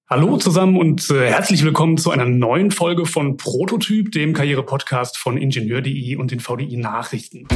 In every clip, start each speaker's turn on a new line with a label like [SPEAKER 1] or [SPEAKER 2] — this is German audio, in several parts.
[SPEAKER 1] Hallo zusammen und herzlich willkommen zu einer neuen Folge von Prototyp, dem Karriere-Podcast von Ingenieur.de und den VDI Nachrichten.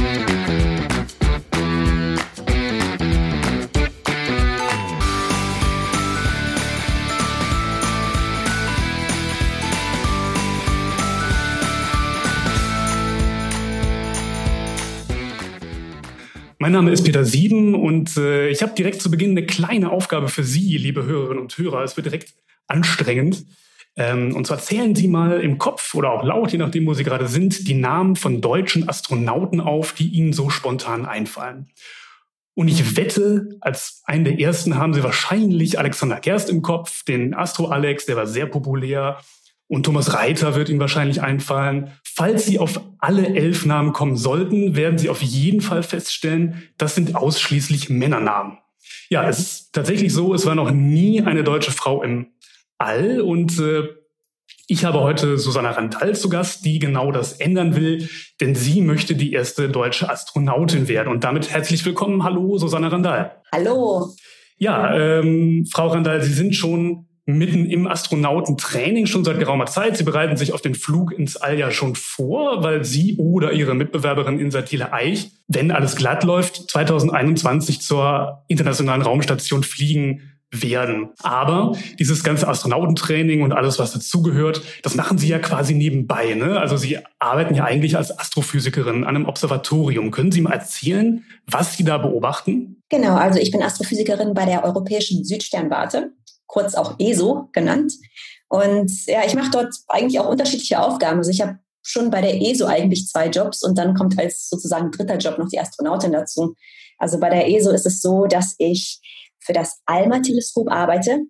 [SPEAKER 1] Mein Name ist Peter Sieben und ich habe direkt zu Beginn eine kleine Aufgabe für Sie, liebe Hörerinnen und Hörer. Es wird direkt anstrengend. Und zwar zählen Sie mal im Kopf oder auch laut, je nachdem, wo Sie gerade sind, die Namen von deutschen Astronauten auf, die Ihnen so spontan einfallen. Und ich wette, als einen der ersten haben Sie wahrscheinlich Alexander Gerst im Kopf, den Astro-Alex, der war sehr populär. Und Thomas Reiter wird Ihnen wahrscheinlich einfallen. Falls Sie auf alle 11 Namen kommen sollten, werden Sie auf jeden Fall feststellen, das sind ausschließlich Männernamen. Ja, es ist tatsächlich so, es war noch nie eine deutsche Frau im All. Und ich habe heute Susanna Randall zu Gast, die genau das ändern will, denn sie möchte die erste deutsche Astronautin werden. Und damit herzlich willkommen. Hallo, Susanna Randall.
[SPEAKER 2] Hallo.
[SPEAKER 1] Ja, Frau Randall, Sie sind schon mitten im Astronautentraining schon seit geraumer Zeit. Sie bereiten sich auf den Flug ins All ja schon vor, weil Sie oder Ihre Mitbewerberin Insa Thiele-Eich, wenn alles glatt läuft, 2021 zur Internationalen Raumstation fliegen werden. Aber dieses ganze Astronautentraining und alles, was dazugehört, das machen Sie ja quasi nebenbei, ne? Also Sie arbeiten ja eigentlich als Astrophysikerin an einem Observatorium. Können Sie mal erzählen, was Sie da beobachten?
[SPEAKER 2] Genau, also ich bin Astrophysikerin bei der Europäischen Südsternwarte, kurz auch ESO genannt. Und ja, ich mache dort eigentlich auch unterschiedliche Aufgaben. Also ich habe schon bei der ESO eigentlich 2 Jobs und dann kommt als sozusagen dritter Job noch die Astronautin dazu. Also bei der ESO ist es so, dass ich für das ALMA-Teleskop arbeite.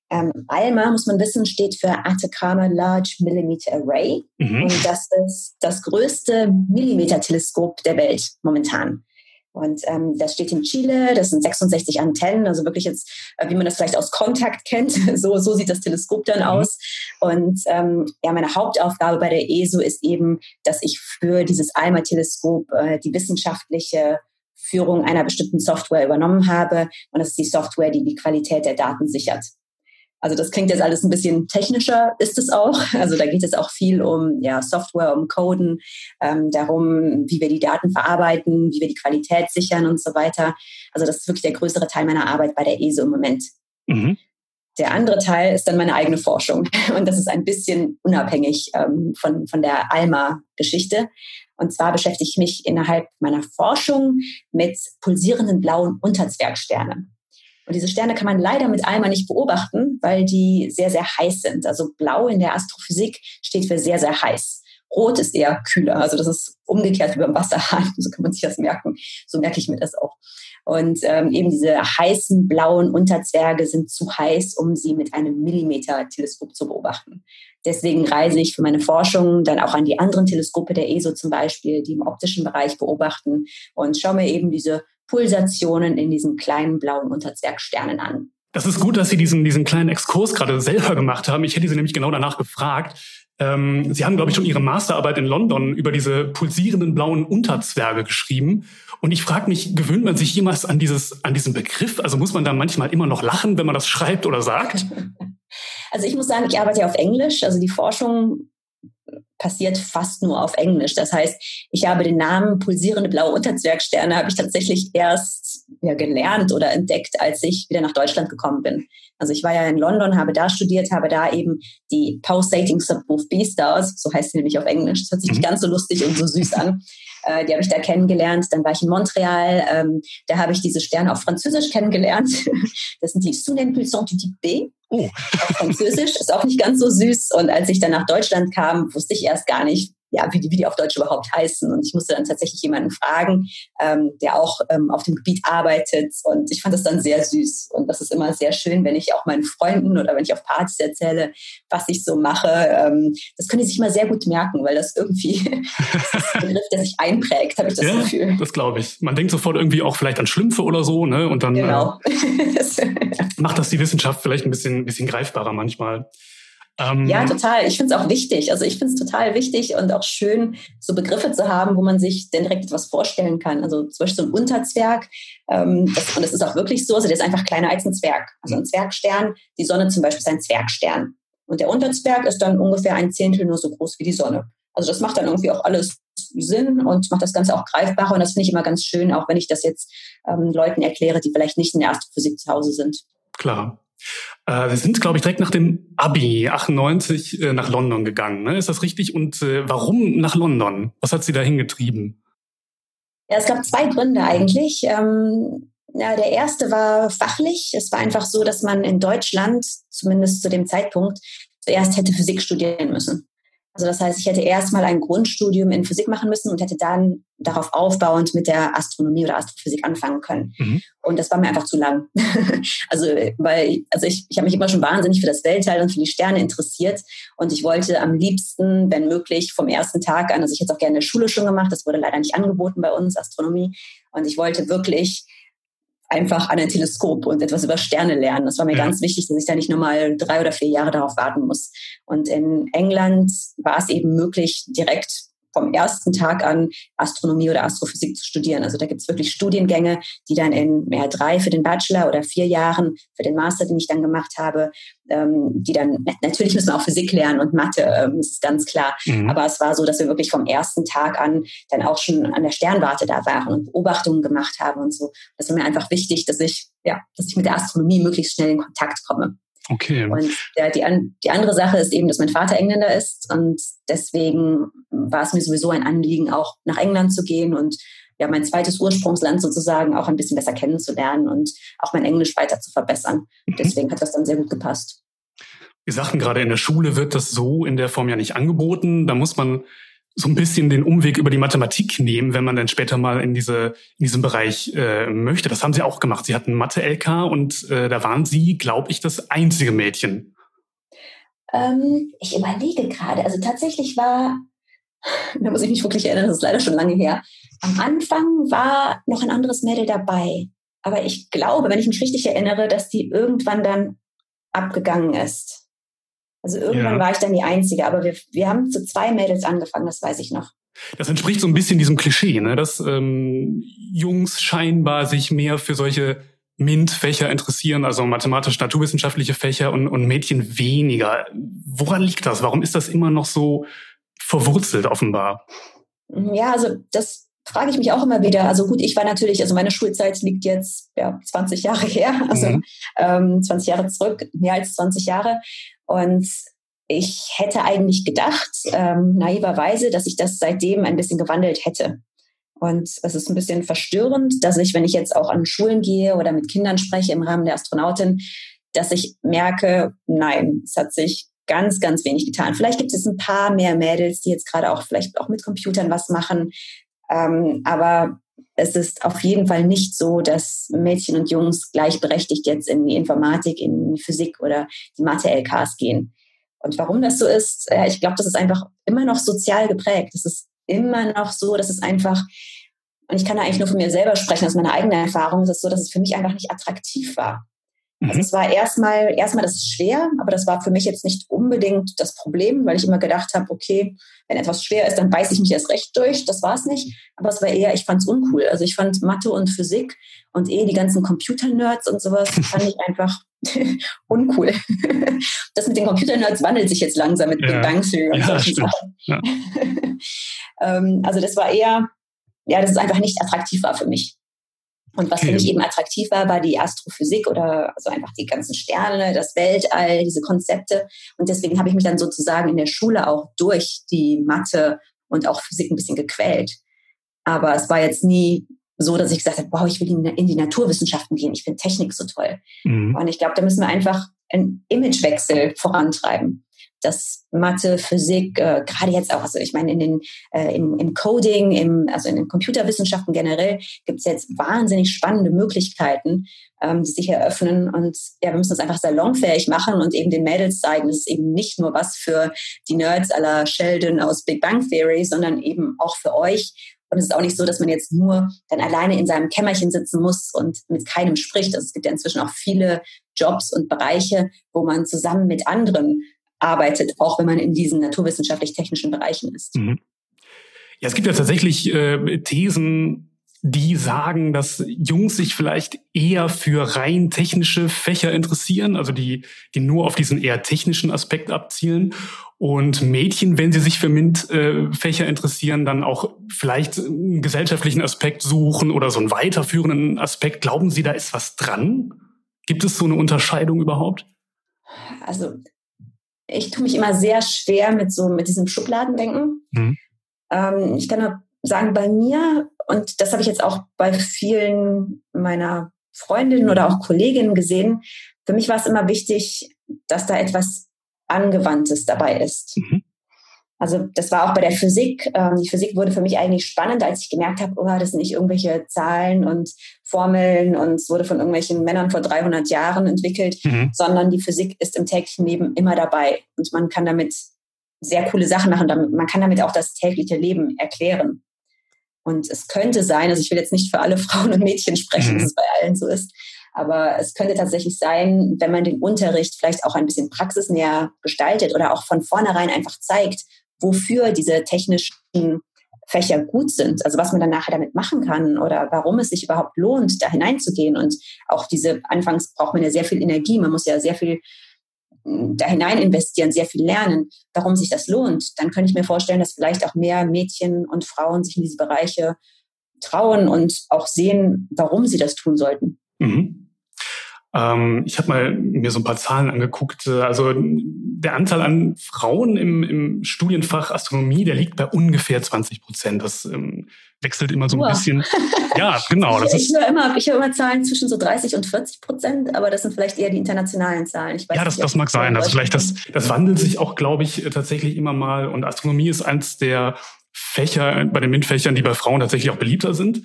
[SPEAKER 2] ALMA, muss man wissen, steht für Atacama Large Millimeter Array. Und das ist das größte Millimeter-Teleskop der Welt momentan. Und das steht in Chile, das sind 66 Antennen, also wirklich jetzt, wie man das vielleicht aus Kontakt kennt, so sieht das Teleskop dann aus. Und ja, meine Hauptaufgabe bei der ESO ist eben, dass ich für dieses ALMA-Teleskop die wissenschaftliche Führung einer bestimmten Software übernommen habe. Und das ist die Software, die die Qualität der Daten sichert. Also das klingt jetzt alles ein bisschen technischer, ist es auch. Also da geht es auch viel um Software, um Coden, darum, wie wir die Daten verarbeiten, wie wir die Qualität sichern und so weiter. Also das ist wirklich der größere Teil meiner Arbeit bei der ESO im Moment. Der andere Teil ist dann meine eigene Forschung. Und das ist ein bisschen unabhängig von der ALMA-Geschichte. Und zwar beschäftige ich mich innerhalb meiner Forschung mit pulsierenden blauen Unterzwergsternen. Und diese Sterne kann man leider mit ALMA nicht beobachten, weil die sehr, sehr heiß sind. Also blau in der Astrophysik steht für sehr, sehr heiß. Rot ist eher kühler. Also das ist umgekehrt wie beim Wasserhahn. So kann man sich das merken. So merke ich mir das auch. Und eben diese heißen blauen Unterzwerge sind zu heiß, um sie mit einem Millimeter-Teleskop zu beobachten. Deswegen reise ich für meine Forschung dann auch an die anderen Teleskope der ESO zum Beispiel, die im optischen Bereich beobachten und schaue mir eben diese Pulsationen in diesen kleinen blauen Unterzwergsternen an.
[SPEAKER 1] Das ist gut, dass Sie diesen kleinen Exkurs gerade selber gemacht haben. Ich hätte Sie nämlich genau danach gefragt. Sie haben, glaube ich, schon Ihre Masterarbeit in London über diese pulsierenden blauen Unterzwerge geschrieben. Und ich frage mich, gewöhnt man sich jemals an diesen Begriff? Also muss man da manchmal immer noch lachen, wenn man das schreibt oder sagt?
[SPEAKER 2] Also ich muss sagen, ich arbeite ja auf Englisch. Also die Forschung passiert fast nur auf Englisch. Das heißt, ich habe den Namen pulsierende blaue Unterzwergsterne habe ich tatsächlich erst gelernt oder entdeckt, als ich wieder nach Deutschland gekommen bin. Also ich war ja in London, habe da studiert, habe da eben die Pulsating Subgroup B-Stars, so heißt sie nämlich auf Englisch, das hört sich nicht ganz so lustig und so süß an. Die habe ich da kennengelernt. Dann war ich in Montreal, da habe ich diese Sterne auf Französisch kennengelernt. Das sind die Sonnenflecken pulsants du Typ B. Auf Französisch, ist auch nicht ganz so süß. Und als ich dann nach Deutschland kam, wusste ich erst gar nicht, wie die auf Deutsch überhaupt heißen. Und ich musste dann tatsächlich jemanden fragen, der auch auf dem Gebiet arbeitet. Und ich fand das dann sehr süß. Und das ist immer sehr schön, wenn ich auch meinen Freunden oder wenn ich auf Partys erzähle, was ich so mache. Das können die sich immer sehr gut merken, weil das irgendwie das ist ein Begriff, der sich einprägt, habe ich das Gefühl.
[SPEAKER 1] Das glaube ich. Man denkt sofort irgendwie auch vielleicht an Schlümpfe oder so, ne? Und dann
[SPEAKER 2] genau.
[SPEAKER 1] Macht das die Wissenschaft vielleicht ein bisschen greifbarer manchmal.
[SPEAKER 2] Ja, total. Ich finde es auch wichtig. Also ich finde es total wichtig und auch schön, so Begriffe zu haben, wo man sich dann direkt etwas vorstellen kann. Also zum Beispiel so ein Unterzwerg. Und das ist auch wirklich so. Also der ist einfach kleiner als ein Zwerg. Also ein Zwergstern, die Sonne zum Beispiel ist ein Zwergstern. Und der Unterzwerg ist dann ungefähr ein Zehntel nur so groß wie die Sonne. Also das macht dann irgendwie auch alles Sinn und macht das Ganze auch greifbarer. Und das finde ich immer ganz schön, auch wenn ich das jetzt Leuten erkläre, die vielleicht nicht in der Astrophysik zu Hause sind.
[SPEAKER 1] Klar. Sie sind, glaube ich, direkt nach dem Abi 98 nach London gegangen. Ne? Ist das richtig? Und warum nach London? Was hat Sie dahin getrieben?
[SPEAKER 2] Ja, es gab 2 Gründe eigentlich. Ja, der erste war fachlich. Es war einfach so, dass man in Deutschland, zumindest zu dem Zeitpunkt, zuerst hätte Physik studieren müssen. Also das heißt, ich hätte erstmal ein Grundstudium in Physik machen müssen und hätte dann darauf aufbauend mit der Astronomie oder Astrophysik anfangen können. Mhm. Und das war mir einfach zu lang. Ich habe mich immer schon wahnsinnig für das Weltall und für die Sterne interessiert. Und ich wollte am liebsten, wenn möglich, vom ersten Tag an, also ich hätte es auch gerne in der Schule schon gemacht, das wurde leider nicht angeboten bei uns, Astronomie. Und ich wollte wirklich einfach an ein Teleskop und etwas über Sterne lernen. Das war mir ganz wichtig, dass ich da nicht nochmal 3 oder 4 Jahre darauf warten muss. Und in England war es eben möglich, direkt vom ersten Tag an Astronomie oder Astrophysik zu studieren. Also da gibt es wirklich Studiengänge, die dann in 3 für den Bachelor oder 4 Jahren für den Master, den ich dann gemacht habe, die dann, natürlich müssen wir auch Physik lernen und Mathe, das ist ganz klar. Mhm. Aber es war so, dass wir wirklich vom ersten Tag an dann auch schon an der Sternwarte da waren und Beobachtungen gemacht haben und so. Das war mir einfach wichtig, dass ich mit der Astronomie möglichst schnell in Kontakt komme.
[SPEAKER 1] Okay.
[SPEAKER 2] Und die andere Sache ist eben, dass mein Vater Engländer ist und deswegen war es mir sowieso ein Anliegen, auch nach England zu gehen und ja, mein zweites Ursprungsland sozusagen auch ein bisschen besser kennenzulernen und auch mein Englisch weiter zu verbessern. Deswegen hat das dann sehr gut gepasst.
[SPEAKER 1] Wir sagten gerade, in der Schule wird das so in der Form ja nicht angeboten. Da muss man so ein bisschen den Umweg über die Mathematik nehmen, wenn man dann später mal in diesem Bereich möchte. Das haben Sie auch gemacht. Sie hatten Mathe-LK und da waren Sie, glaube ich, das einzige Mädchen.
[SPEAKER 2] Ich überlege gerade. Also tatsächlich da muss ich mich wirklich erinnern, das ist leider schon lange her. Am Anfang war noch ein anderes Mädel dabei. Aber ich glaube, wenn ich mich richtig erinnere, dass die irgendwann dann abgegangen ist. Also irgendwann war ich dann die Einzige, aber wir haben zu 2 Mädels angefangen, das weiß ich noch.
[SPEAKER 1] Das entspricht so ein bisschen diesem Klischee, ne? Dass Jungs scheinbar sich mehr für solche MINT-Fächer interessieren, also mathematisch-naturwissenschaftliche Fächer und Mädchen weniger. Woran liegt das? Warum ist das immer noch so verwurzelt offenbar?
[SPEAKER 2] Ja, also das frage ich mich auch immer wieder. Also gut, ich war natürlich, also meine Schulzeit liegt jetzt 20 Jahre her, also 20 Jahre zurück, mehr als 20 Jahre. Und ich hätte eigentlich gedacht, naiverweise, dass ich das seitdem ein bisschen gewandelt hätte. Und es ist ein bisschen verstörend, dass ich, wenn ich jetzt auch an Schulen gehe oder mit Kindern spreche im Rahmen der Astronautin, dass ich merke, nein, es hat sich ganz, ganz wenig getan. Vielleicht gibt es ein paar mehr Mädels, die jetzt gerade auch vielleicht auch mit Computern was machen. Aber es ist auf jeden Fall nicht so, dass Mädchen und Jungs gleichberechtigt jetzt in die Informatik, in die Physik oder die Mathe-LKs gehen. Und warum das so ist, ich glaube, das ist einfach immer noch sozial geprägt. Es ist immer noch so, dass es einfach, und ich kann da eigentlich nur von mir selber sprechen, aus meiner eigenen Erfahrung, ist es so, dass es für mich einfach nicht attraktiv war. Also es war erstmal, das ist schwer, aber das war für mich jetzt nicht unbedingt das Problem, weil ich immer gedacht habe, okay, wenn etwas schwer ist, dann beiße ich mich erst recht durch. Das war es nicht. Aber es war eher, ich fand es uncool. Also ich fand Mathe und Physik und die ganzen Computer-Nerds und sowas, fand ich einfach uncool. Das mit den Computer-Nerds wandelt sich jetzt langsam mit Big Bang Theory und solchen Sachen. Ja. Also das war eher, dass es einfach nicht attraktiv war für mich. Und was für mich eben attraktiv war die Astrophysik oder also einfach die ganzen Sterne, das Weltall, diese Konzepte. Und deswegen habe ich mich dann sozusagen in der Schule auch durch die Mathe und auch Physik ein bisschen gequält. Aber es war jetzt nie so, dass ich gesagt habe, wow, ich will in die Naturwissenschaften gehen, ich finde Technik so toll. Mhm. Und ich glaube, da müssen wir einfach einen Imagewechsel vorantreiben. Dass Mathe, Physik, gerade jetzt auch, also ich meine, im Coding, also in den Computerwissenschaften generell, gibt es jetzt wahnsinnig spannende Möglichkeiten, die sich eröffnen. Und wir müssen das einfach salonfähig machen und eben den Mädels zeigen, es ist eben nicht nur was für die Nerds à la Sheldon aus Big Bang Theory, sondern eben auch für euch. Und es ist auch nicht so, dass man jetzt nur dann alleine in seinem Kämmerchen sitzen muss und mit keinem spricht. Also es gibt ja inzwischen auch viele Jobs und Bereiche, wo man zusammen mit anderen arbeitet, auch wenn man in diesen naturwissenschaftlich-technischen Bereichen ist.
[SPEAKER 1] Mhm. Ja, es gibt ja tatsächlich Thesen, die sagen, dass Jungs sich vielleicht eher für rein technische Fächer interessieren, also die nur auf diesen eher technischen Aspekt abzielen. Und Mädchen, wenn sie sich für MINT-Fächer interessieren, dann auch vielleicht einen gesellschaftlichen Aspekt suchen oder so einen weiterführenden Aspekt. Glauben Sie, da ist was dran? Gibt es so eine Unterscheidung überhaupt?
[SPEAKER 2] Also ich tue mich immer sehr schwer mit diesem Schubladendenken. Ich kann nur sagen, bei mir, und das habe ich jetzt auch bei vielen meiner Freundinnen oder auch Kolleginnen gesehen, für mich war es immer wichtig, dass da etwas Angewandtes dabei ist. Also das war auch bei der Physik. Die Physik wurde für mich eigentlich spannend, als ich gemerkt habe, das sind nicht irgendwelche Zahlen und Formeln und es wurde von irgendwelchen Männern vor 300 Jahren entwickelt, sondern die Physik ist im täglichen Leben immer dabei und man kann damit sehr coole Sachen machen. Man kann damit auch das tägliche Leben erklären. Und es könnte sein, also ich will jetzt nicht für alle Frauen und Mädchen sprechen, dass es bei allen so ist, aber es könnte tatsächlich sein, wenn man den Unterricht vielleicht auch ein bisschen praxisnäher gestaltet oder auch von vornherein einfach zeigt, wofür diese technischen Fächer gut sind, also was man dann nachher damit machen kann oder warum es sich überhaupt lohnt, da hineinzugehen. Und auch anfangs braucht man ja sehr viel Energie, man muss ja sehr viel da hinein investieren, sehr viel lernen, warum sich das lohnt, dann könnte ich mir vorstellen, dass vielleicht auch mehr Mädchen und Frauen sich in diese Bereiche trauen und auch sehen, warum sie das tun sollten.
[SPEAKER 1] Ich habe mal mir so ein paar Zahlen angeguckt. Also der Anteil an Frauen im Studienfach Astronomie, der liegt bei ungefähr 20%. Das wechselt immer so ein bisschen. Ja, genau.
[SPEAKER 2] Ich höre immer Zahlen zwischen so 30 und 40%, aber das sind vielleicht eher die internationalen Zahlen. Ich weiß
[SPEAKER 1] ja, das mag sein. Also vielleicht das wandelt sich auch, glaube ich, tatsächlich immer mal. Und Astronomie ist eins der Fächer bei den MINT-Fächern, die bei Frauen tatsächlich auch beliebter sind.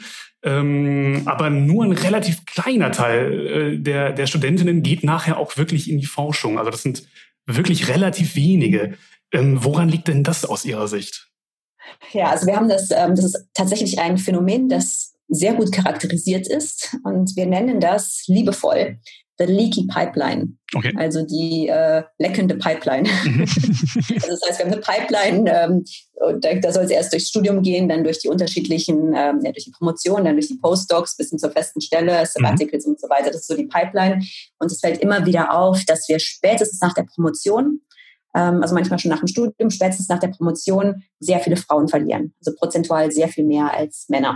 [SPEAKER 1] Aber nur ein relativ kleiner Teil der Studentinnen geht nachher auch wirklich in die Forschung. Also das sind wirklich relativ wenige. Woran liegt denn das aus Ihrer Sicht?
[SPEAKER 2] Ja, also wir haben das ist tatsächlich ein Phänomen, das sehr gut charakterisiert ist und wir nennen das liebevoll the leaky pipeline.
[SPEAKER 1] Okay.
[SPEAKER 2] Also die leckende Pipeline. Also das heißt, wir haben eine Pipeline, und da soll es erst durchs Studium gehen, dann durch die unterschiedlichen, durch die Promotion, dann durch die Postdocs bis hin zur festen Stelle, Sabbaticals und so weiter. Das ist so die Pipeline. Und es fällt immer wieder auf, dass wir spätestens nach der Promotion, also manchmal schon nach dem Studium, spätestens nach der Promotion sehr viele Frauen verlieren. Also prozentual sehr viel mehr als Männer.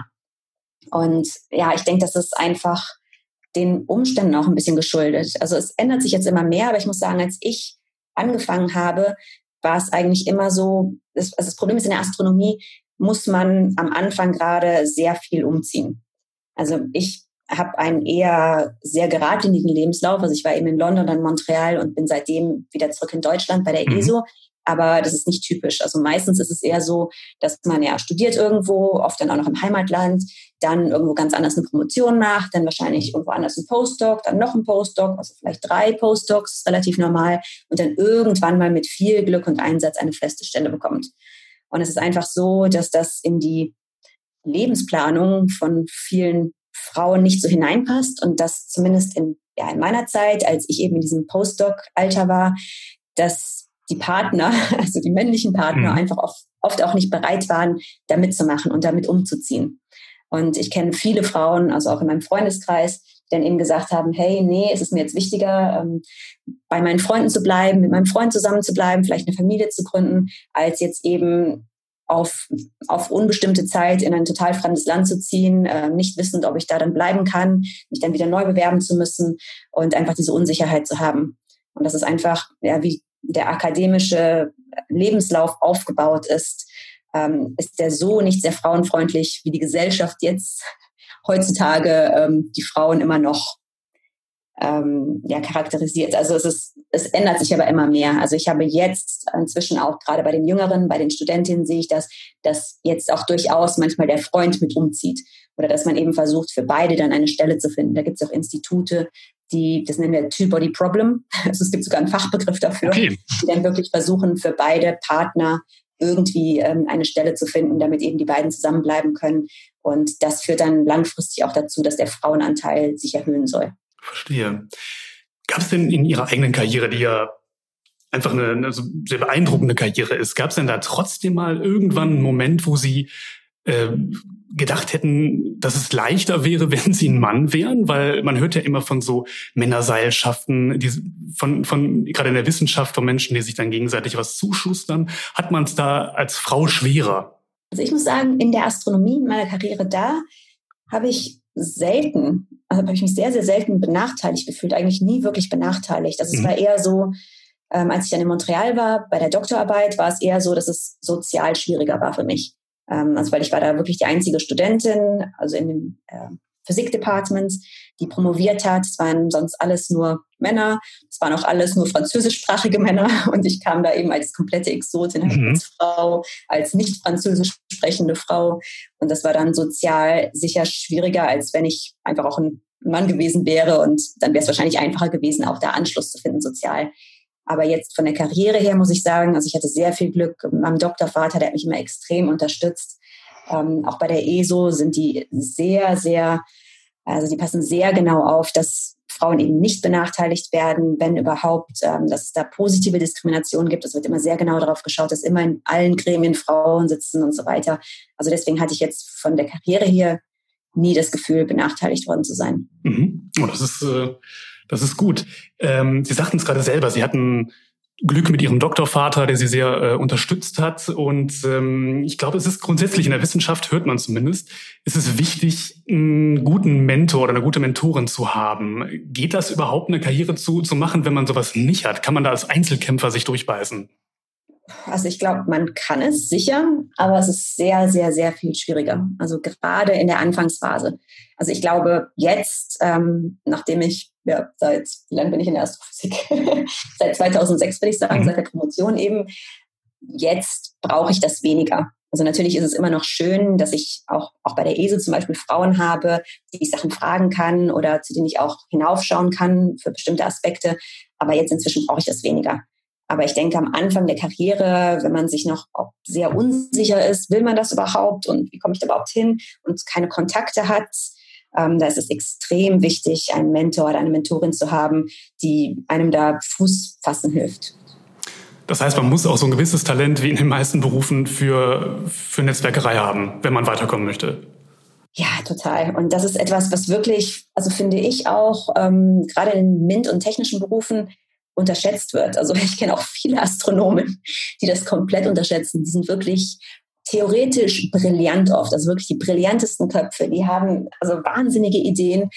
[SPEAKER 2] Und ja, ich denke, das ist einfach den Umständen auch ein bisschen geschuldet. Also es ändert sich jetzt immer mehr, aber ich muss sagen, als ich angefangen habe, war es eigentlich immer so, das Problem ist, in der Astronomie muss man am Anfang gerade sehr viel umziehen. Also ich habe einen eher sehr geradlinigen Lebenslauf. Also ich war eben in London, dann Montreal und bin seitdem wieder zurück in Deutschland bei der ESO. Aber das ist nicht typisch. Also meistens ist es eher so, dass man ja studiert irgendwo, oft dann auch noch im Heimatland, dann irgendwo ganz anders eine Promotion macht, dann wahrscheinlich irgendwo anders ein Postdoc, dann noch ein Postdoc, also vielleicht 3 Postdocs, relativ normal, und dann irgendwann mal mit viel Glück und Einsatz eine feste Stelle bekommt. Und es ist einfach so, dass das in die Lebensplanung von vielen Frauen nicht so hineinpasst und das zumindest in meiner Zeit, als ich eben in diesem Postdoc-Alter war, dass die Partner, also die männlichen Partner, einfach oft auch nicht bereit waren, da mitzumachen und damit umzuziehen. Und ich kenne viele Frauen, also auch in meinem Freundeskreis, die dann eben gesagt haben, hey, nee, es ist mir jetzt wichtiger, bei meinen Freunden zu bleiben, mit meinem Freund zusammen zu bleiben, vielleicht eine Familie zu gründen, als jetzt eben auf unbestimmte Zeit in ein total fremdes Land zu ziehen, nicht wissend, ob ich da dann bleiben kann, mich dann wieder neu bewerben zu müssen und einfach diese Unsicherheit zu haben. Und das ist einfach, ja, wie der akademische Lebenslauf aufgebaut ist der so nicht sehr frauenfreundlich, wie die Gesellschaft jetzt heutzutage die Frauen immer noch charakterisiert. Also es ändert sich aber immer mehr. Also ich habe jetzt inzwischen auch gerade bei den Jüngeren, bei den Studentinnen sehe ich, dass jetzt auch durchaus manchmal der Freund mit umzieht oder dass man eben versucht, für beide dann eine Stelle zu finden. Da gibt es auch Institute, das nennen wir Two-Body-Problem. Also es gibt sogar einen Fachbegriff dafür, die dann wirklich versuchen, für beide Partner irgendwie eine Stelle zu finden, damit eben die beiden zusammenbleiben können. Und das führt dann langfristig auch dazu, dass der Frauenanteil sich erhöhen soll.
[SPEAKER 1] Verstehe. Gab es denn in Ihrer eigenen Karriere, die ja einfach eine so sehr beeindruckende Karriere ist. Gab es denn da trotzdem mal irgendwann einen Moment, wo Sie gedacht hätten, dass es leichter wäre, wenn Sie ein Mann wären? Weil man hört ja immer von so Männerseilschaften, von gerade in der Wissenschaft, von Menschen, die sich dann gegenseitig was zuschustern. Hat man es da als Frau schwerer?
[SPEAKER 2] Also ich muss sagen, in der Astronomie, in meiner Karriere da, habe ich mich sehr, sehr selten benachteiligt gefühlt, eigentlich nie wirklich benachteiligt. Also es war eher so, als ich dann in Montreal war, bei der Doktorarbeit, war es eher so, dass es sozial schwieriger war für mich. Also weil ich war da wirklich die einzige Studentin, also in dem Physik-Department, die promoviert hat. Es waren sonst alles nur Männer. Es waren auch alles nur französischsprachige Männer. Und ich kam da eben als komplette Exotin, als Frau, als nicht französisch sprechende Frau. Und das war dann sozial sicher schwieriger, als wenn ich einfach auch ein Mann gewesen wäre. Und dann wäre es wahrscheinlich einfacher gewesen, auch da Anschluss zu finden sozial. Aber jetzt von der Karriere her muss ich sagen, also ich hatte sehr viel Glück. Mein Doktorvater, der hat mich immer extrem unterstützt. Auch bei der ESO sind die sehr, sehr, also die passen sehr genau auf, dass Frauen eben nicht benachteiligt werden, wenn überhaupt, dass es da positive Diskrimination gibt. Es wird immer sehr genau darauf geschaut, dass immer in allen Gremien Frauen sitzen und so weiter. Also deswegen hatte ich jetzt von der Karriere hier nie das Gefühl, benachteiligt worden zu sein.
[SPEAKER 1] Mhm. Oh, das ist gut. Sie sagten es gerade selber, Sie hatten Glück mit Ihrem Doktorvater, der Sie sehr unterstützt hat. Und ich glaube, es ist grundsätzlich in der Wissenschaft, hört man zumindest, ist es wichtig, einen guten Mentor oder eine gute Mentorin zu haben. Geht das überhaupt, eine Karriere zu machen, wenn man sowas nicht hat? Kann man da als Einzelkämpfer sich durchbeißen?
[SPEAKER 2] Also ich glaube, man kann es sicher, aber es ist sehr, sehr, sehr viel schwieriger. Also gerade in der Anfangsphase. Also ich glaube jetzt, nachdem ich, wie lange bin ich in der Astrophysik? Seit 2006 würde ich sagen, seit der Promotion eben. Jetzt brauche ich das weniger. Also natürlich ist es immer noch schön, dass ich auch bei der ESO zum Beispiel Frauen habe, die ich Sachen fragen kann oder zu denen ich auch hinaufschauen kann für bestimmte Aspekte. Aber jetzt inzwischen brauche ich das weniger. Aber ich denke, am Anfang der Karriere, wenn man sich noch auch sehr unsicher ist, will man das überhaupt und wie komme ich da überhaupt hin und keine Kontakte hat, da ist es extrem wichtig, einen Mentor oder eine Mentorin zu haben, die einem da Fuß fassen hilft.
[SPEAKER 1] Das heißt, man muss auch so ein gewisses Talent wie in den meisten Berufen für Netzwerkerei haben, wenn man weiterkommen möchte.
[SPEAKER 2] Ja, total. Und das ist etwas, was wirklich, also finde ich auch, gerade in MINT und technischen Berufen unterschätzt wird. Also ich kenne auch viele Astronomen, die das komplett unterschätzen. Die sind wirklich theoretisch brillant oft, also wirklich die brillantesten Köpfe. Die haben also wahnsinnige Ideen,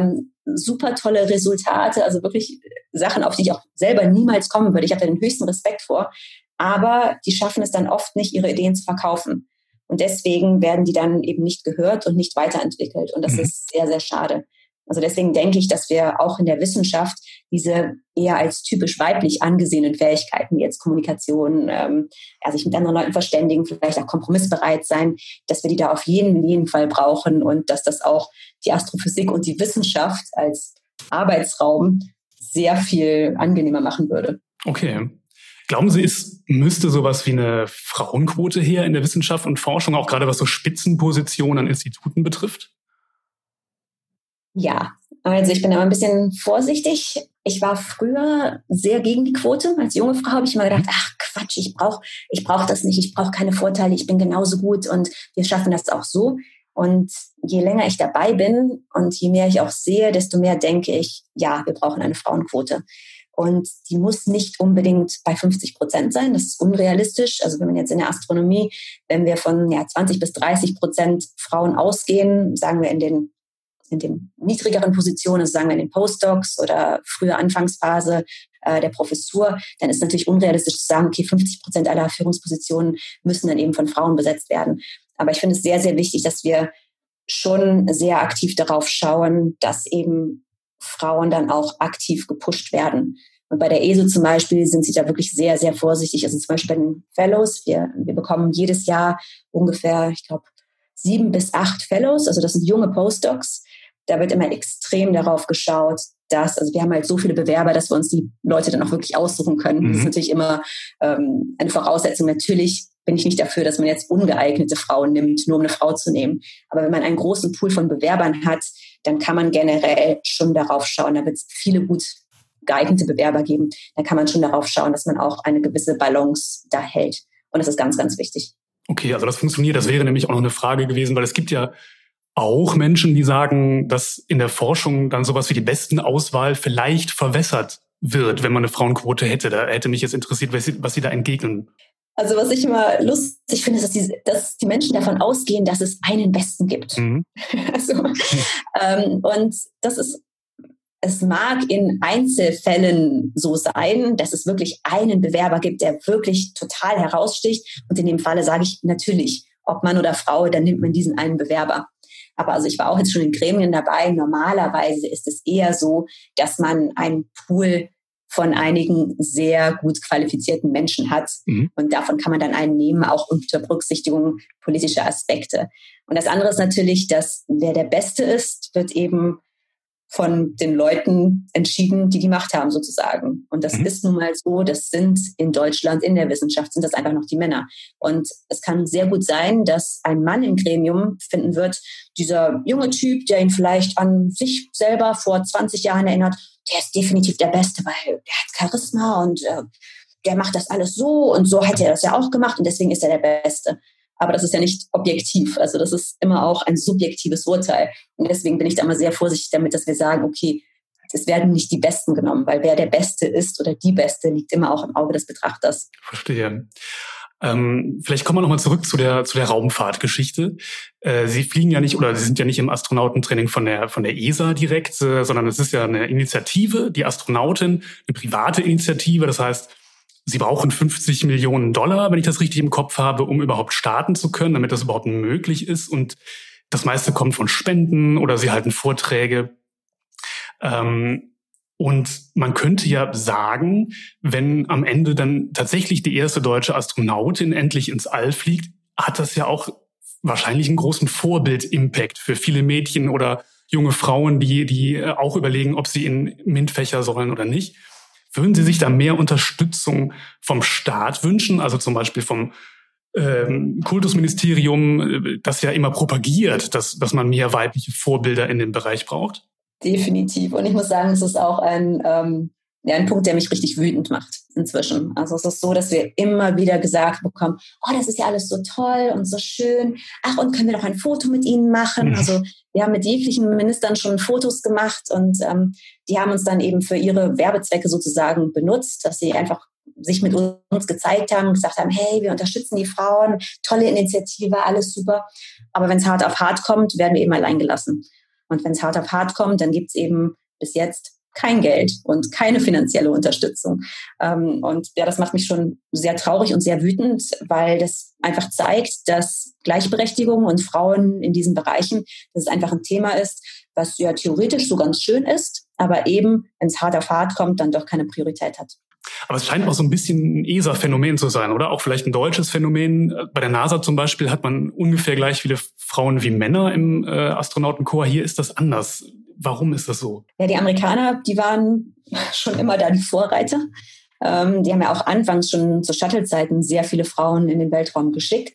[SPEAKER 2] super tolle Resultate, also wirklich Sachen, auf die ich auch selber niemals kommen würde. Ich habe da den höchsten Respekt vor. Aber die schaffen es dann oft nicht, ihre Ideen zu verkaufen. Und deswegen werden die dann eben nicht gehört und nicht weiterentwickelt. Und das ist sehr, sehr schade. Also deswegen denke ich, dass wir auch in der Wissenschaft diese eher als typisch weiblich angesehenen Fähigkeiten, wie jetzt Kommunikation, sich mit anderen Leuten verständigen, vielleicht auch kompromissbereit sein, dass wir die da auf jeden Fall brauchen und dass das auch die Astrophysik und die Wissenschaft als Arbeitsraum sehr viel angenehmer machen würde.
[SPEAKER 1] Okay. Glauben Sie, es müsste sowas wie eine Frauenquote her in der Wissenschaft und Forschung, auch gerade was so Spitzenpositionen an Instituten betrifft?
[SPEAKER 2] Ja, also ich bin immer ein bisschen vorsichtig. Ich war früher sehr gegen die Quote. Als junge Frau habe ich immer gedacht, ach Quatsch, ich brauch das nicht, ich brauche keine Vorteile, ich bin genauso gut und wir schaffen das auch so. Und je länger ich dabei bin und je mehr ich auch sehe, desto mehr denke ich, ja, wir brauchen eine Frauenquote. Und die muss nicht unbedingt bei 50% sein. Das ist unrealistisch. Also wenn man jetzt in der Astronomie, wenn wir von 20 bis 30% Frauen ausgehen, sagen wir in den niedrigeren Positionen, also sagen wir in den Postdocs oder früher Anfangsphase der Professur, dann ist natürlich unrealistisch zu sagen, okay, 50% aller Führungspositionen müssen dann eben von Frauen besetzt werden. Aber ich finde es sehr, sehr wichtig, dass wir schon sehr aktiv darauf schauen, dass eben Frauen dann auch aktiv gepusht werden. Und bei der ESO zum Beispiel sind sie da wirklich sehr, sehr vorsichtig. Also zum Beispiel bei den Fellows, wir bekommen jedes Jahr ungefähr, ich glaube, 7 bis 8 Fellows, also das sind junge Postdocs. Da wird immer extrem darauf geschaut, also wir haben halt so viele Bewerber, dass wir uns die Leute dann auch wirklich aussuchen können. Das ist natürlich immer eine Voraussetzung. Natürlich bin ich nicht dafür, dass man jetzt ungeeignete Frauen nimmt, nur um eine Frau zu nehmen. Aber wenn man einen großen Pool von Bewerbern hat, dann kann man generell schon darauf schauen. Da wird es viele gut geeignete Bewerber geben. Da kann man schon darauf schauen, dass man auch eine gewisse Balance da hält. Und das ist ganz, ganz wichtig.
[SPEAKER 1] Okay, also das funktioniert. Das wäre nämlich auch noch eine Frage gewesen, weil es gibt ja auch Menschen, die sagen, dass in der Forschung dann sowas wie die Bestenauswahl vielleicht verwässert wird, wenn man eine Frauenquote hätte. Da hätte mich jetzt interessiert, was Sie da entgegnen.
[SPEAKER 2] Also was ich immer lustig finde, ist, dass die Menschen davon ausgehen, dass es einen Besten gibt. Mhm. Und das ist, es mag in Einzelfällen so sein, dass es wirklich einen Bewerber gibt, der wirklich total heraussticht. Und in dem Falle sage ich natürlich, ob Mann oder Frau, dann nimmt man diesen einen Bewerber. Aber also ich war auch jetzt schon in Gremien dabei. Normalerweise ist es eher so, dass man einen Pool von einigen sehr gut qualifizierten Menschen hat. Mhm. Und davon kann man dann einen nehmen, auch unter Berücksichtigung politischer Aspekte. Und das andere ist natürlich, dass wer der Beste ist, wird eben von den Leuten entschieden, die die Macht haben sozusagen. Und das ist nun mal so, das sind in Deutschland, in der Wissenschaft, sind das einfach noch die Männer. Und es kann sehr gut sein, dass ein Mann im Gremium finden wird, dieser junge Typ, der ihn vielleicht an sich selber vor 20 Jahren erinnert, der ist definitiv der Beste, weil der hat Charisma und der macht das alles so und so hätte er das ja auch gemacht und deswegen ist er der Beste. Aber das ist ja nicht objektiv. Also das ist immer auch ein subjektives Urteil. Und deswegen bin ich da immer sehr vorsichtig damit, dass wir sagen, okay, es werden nicht die Besten genommen, weil wer der Beste ist oder die Beste, liegt immer auch im Auge des Betrachters.
[SPEAKER 1] Verstehe. Vielleicht kommen wir nochmal zurück zu der Raumfahrtgeschichte. Sie fliegen ja nicht oder Sie sind ja nicht im Astronautentraining von der ESA direkt, sondern es ist ja eine Initiative, die Astronautin, eine private Initiative. Das heißt, Sie brauchen $50 Millionen, wenn ich das richtig im Kopf habe, um überhaupt starten zu können, damit das überhaupt möglich ist. Und das meiste kommt von Spenden oder Sie halten Vorträge. Und man könnte ja sagen, wenn am Ende dann tatsächlich die erste deutsche Astronautin endlich ins All fliegt, hat das ja auch wahrscheinlich einen großen Vorbild-Impact für viele Mädchen oder junge Frauen, die auch überlegen, ob sie in MINT-Fächer sollen oder nicht. Würden Sie sich da mehr Unterstützung vom Staat wünschen, also zum Beispiel vom Kultusministerium, das ja immer propagiert, dass man mehr weibliche Vorbilder in dem Bereich braucht?
[SPEAKER 2] Definitiv. Und ich muss sagen, es ist auch ein Punkt, der mich richtig wütend macht inzwischen. Also es ist so, dass wir immer wieder gesagt bekommen, oh, das ist ja alles so toll und so schön. Ach, und können wir noch ein Foto mit Ihnen machen? Also wir haben mit jeglichen Ministern schon Fotos gemacht und die haben uns dann eben für ihre Werbezwecke sozusagen benutzt, dass sie einfach sich mit uns gezeigt haben, gesagt haben, hey, wir unterstützen die Frauen, tolle Initiative, alles super. Aber wenn es hart auf hart kommt, werden wir eben allein gelassen. Und wenn es hart auf hart kommt, dann gibt es eben bis jetzt kein Geld und keine finanzielle Unterstützung. Und ja, das macht mich schon sehr traurig und sehr wütend, weil das einfach zeigt, dass Gleichberechtigung und Frauen in diesen Bereichen, dass es einfach ein Thema ist, was ja theoretisch so ganz schön ist, aber eben, wenn es hart auf hart kommt, dann doch keine Priorität hat.
[SPEAKER 1] Aber es scheint auch so ein bisschen ein ESA-Phänomen zu sein, oder? Auch vielleicht ein deutsches Phänomen. Bei der NASA zum Beispiel hat man ungefähr gleich viele Frauen wie Männer im Astronautenkorps. Hier ist das anders. Warum ist das so?
[SPEAKER 2] Ja, die Amerikaner, die waren schon immer da die Vorreiter. Die haben ja auch anfangs schon zu Shuttle-Zeiten sehr viele Frauen in den Weltraum geschickt.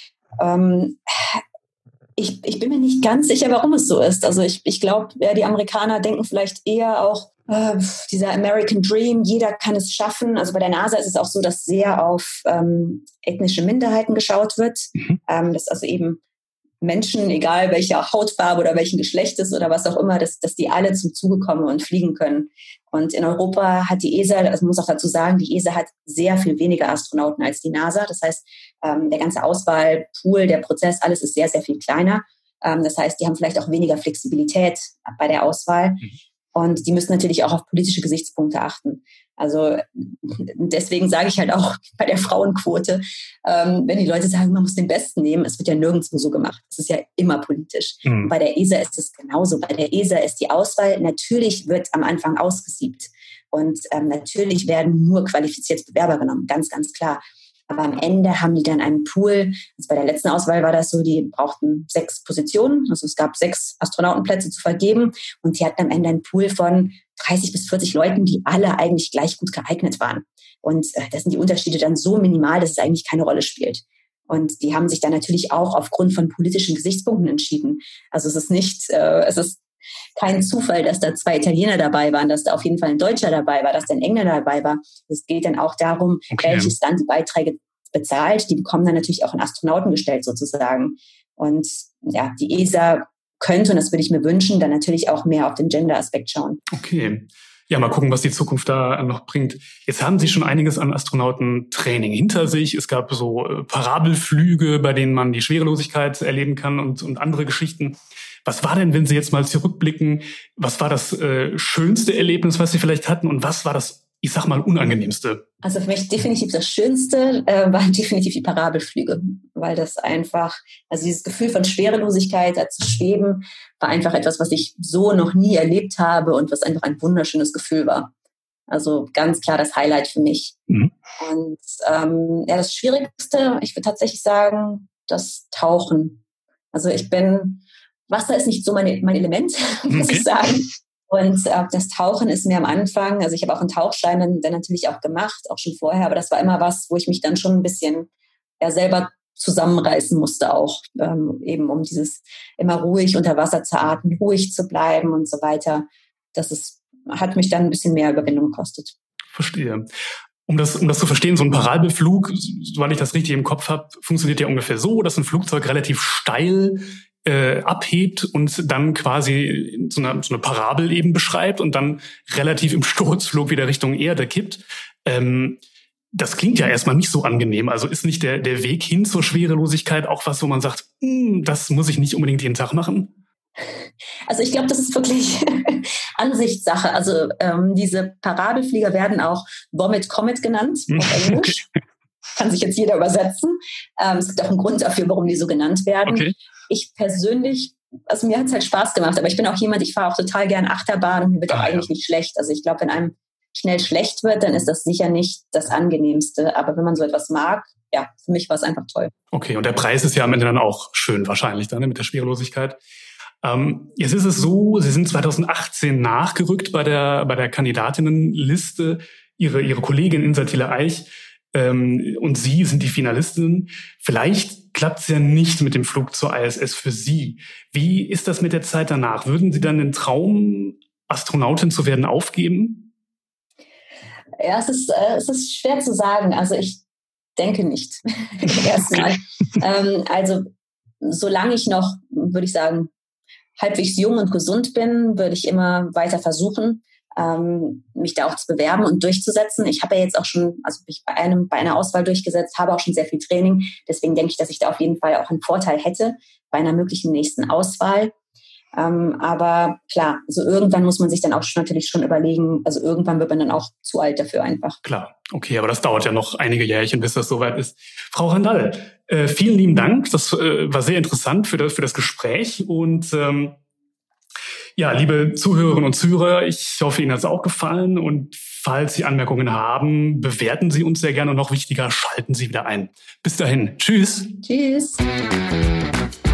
[SPEAKER 2] Ich bin mir nicht ganz sicher, warum es so ist. Also ich glaube, ja, die Amerikaner denken vielleicht eher auch, dieser American Dream, jeder kann es schaffen. Also bei der NASA ist es auch so, dass sehr auf ethnische Minderheiten geschaut wird. Dass also eben Menschen, egal welcher Hautfarbe oder welchen Geschlechtes oder was auch immer, dass die alle zum Zuge kommen und fliegen können. Und in Europa hat die ESA, also man muss auch dazu sagen, die ESA hat sehr viel weniger Astronauten als die NASA. Das heißt, der ganze Auswahlpool, der Prozess, alles ist sehr, sehr viel kleiner. Das heißt, die haben vielleicht auch weniger Flexibilität bei der Auswahl. Und die müssen natürlich auch auf politische Gesichtspunkte achten. Also deswegen sage ich halt auch bei der Frauenquote, wenn die Leute sagen, man muss den Besten nehmen, es wird ja nirgendwo so gemacht. Es ist ja immer politisch. Und bei der ESA ist es genauso. Bei der ESA ist die Auswahl, natürlich wird am Anfang ausgesiebt. Und natürlich werden nur qualifizierte Bewerber genommen, ganz, ganz klar. Aber am Ende haben die dann einen Pool. Also bei der letzten Auswahl war das so, die brauchten 6 Positionen. Also es gab 6 Astronautenplätze zu vergeben. Und die hatten am Ende einen Pool von 30 bis 40 Leuten, die alle eigentlich gleich gut geeignet waren. Und da sind die Unterschiede dann so minimal, dass es eigentlich keine Rolle spielt. Und die haben sich dann natürlich auch aufgrund von politischen Gesichtspunkten entschieden. Also es ist nicht, es ist kein Zufall, dass da 2 Italiener dabei waren, dass da auf jeden Fall ein Deutscher dabei war, dass da ein Engländer dabei war. Es geht dann auch darum, welches Land die Beiträge bezahlt. Die bekommen dann natürlich auch an Astronauten gestellt sozusagen. Und ja, die ESA könnte, und das würde ich mir wünschen, dann natürlich auch mehr auf den Gender-Aspekt schauen.
[SPEAKER 1] Okay. Ja, mal gucken, was die Zukunft da noch bringt. Jetzt haben Sie schon einiges an Astronautentraining hinter sich. Es gab so Parabelflüge, bei denen man die Schwerelosigkeit erleben kann und andere Geschichten. Was war denn, wenn Sie jetzt mal zurückblicken, was war das schönste Erlebnis, was Sie vielleicht hatten, und was war das, ich sag mal, unangenehmste?
[SPEAKER 2] Also für mich definitiv das Schönste waren definitiv die Parabelflüge, weil das einfach, also dieses Gefühl von Schwerelosigkeit, zu schweben, war einfach etwas, was ich so noch nie erlebt habe und was einfach ein wunderschönes Gefühl war. Also ganz klar das Highlight für mich. Mhm. Und ja, das Schwierigste, ich würde tatsächlich sagen, das Tauchen. Also Wasser ist nicht so mein Element, muss ich sagen. Und das Tauchen ist mir am Anfang, also ich habe auch einen Tauchschein dann natürlich auch gemacht, auch schon vorher, aber das war immer was, wo ich mich dann schon ein bisschen selber zusammenreißen musste auch, eben um dieses immer ruhig unter Wasser zu atmen, ruhig zu bleiben und so weiter. Hat mich dann ein bisschen mehr Überwindung gekostet.
[SPEAKER 1] Verstehe. Um das zu verstehen, so ein Parabelflug, weil ich das richtig im Kopf habe, funktioniert ja ungefähr so, dass ein Flugzeug relativ steil abhebt und dann quasi so eine Parabel eben beschreibt und dann relativ im Sturzflug wieder Richtung Erde kippt. Das klingt ja erstmal nicht so angenehm. Also ist nicht der Weg hin zur Schwerelosigkeit auch was, wo man sagt, das muss ich nicht unbedingt jeden Tag machen?
[SPEAKER 2] Also ich glaube, das ist wirklich Ansichtssache. Also diese Parabelflieger werden auch Vomit Comet genannt auf Englisch. Okay. Kann sich jetzt jeder übersetzen. Es gibt auch einen Grund dafür, warum die so genannt werden. Okay. Ich persönlich, also mir hat es halt Spaß gemacht, aber ich bin auch jemand, ich fahre auch total gern Achterbahn und mir wird auch eigentlich nicht schlecht. Also ich glaube, wenn einem schnell schlecht wird, dann ist das sicher nicht das Angenehmste. Aber wenn man so etwas mag, ja, für mich war es einfach toll. Okay, und der Preis ist ja am Ende dann auch schön wahrscheinlich dann mit der Schwerelosigkeit.
[SPEAKER 1] Jetzt ist es so, Sie sind 2018 nachgerückt bei der Kandidatinnenliste. Ihre Kollegin Insa-Thiele Eich und Sie sind die Finalistin. Vielleicht klappt es ja nicht mit dem Flug zur ISS für Sie. Wie ist das mit der Zeit danach? Würden Sie dann den Traum, Astronautin zu werden, aufgeben?
[SPEAKER 2] Ja, es ist schwer zu sagen. Also ich denke nicht. Erstmal. Also solange ich noch, würde ich sagen, halbwegs jung und gesund bin, würde ich immer weiter versuchen, mich da auch zu bewerben und durchzusetzen. Ich habe ja jetzt auch schon, also mich bei einer Auswahl durchgesetzt, habe auch schon sehr viel Training. Deswegen denke ich, dass ich da auf jeden Fall auch einen Vorteil hätte bei einer möglichen nächsten Auswahl. Aber klar, also irgendwann muss man sich dann auch natürlich schon überlegen, also irgendwann wird man dann auch zu alt dafür einfach.
[SPEAKER 1] Klar, okay, aber das dauert ja noch einige Jährchen, bis das soweit ist. Frau Randall, vielen lieben Dank. Das war sehr interessant für das Gespräch. Und ja, liebe Zuhörerinnen und Zuhörer, ich hoffe, Ihnen hat es auch gefallen. Und falls Sie Anmerkungen haben, bewerten Sie uns sehr gerne. Und noch wichtiger, schalten Sie wieder ein. Bis dahin. Tschüss.
[SPEAKER 2] Tschüss.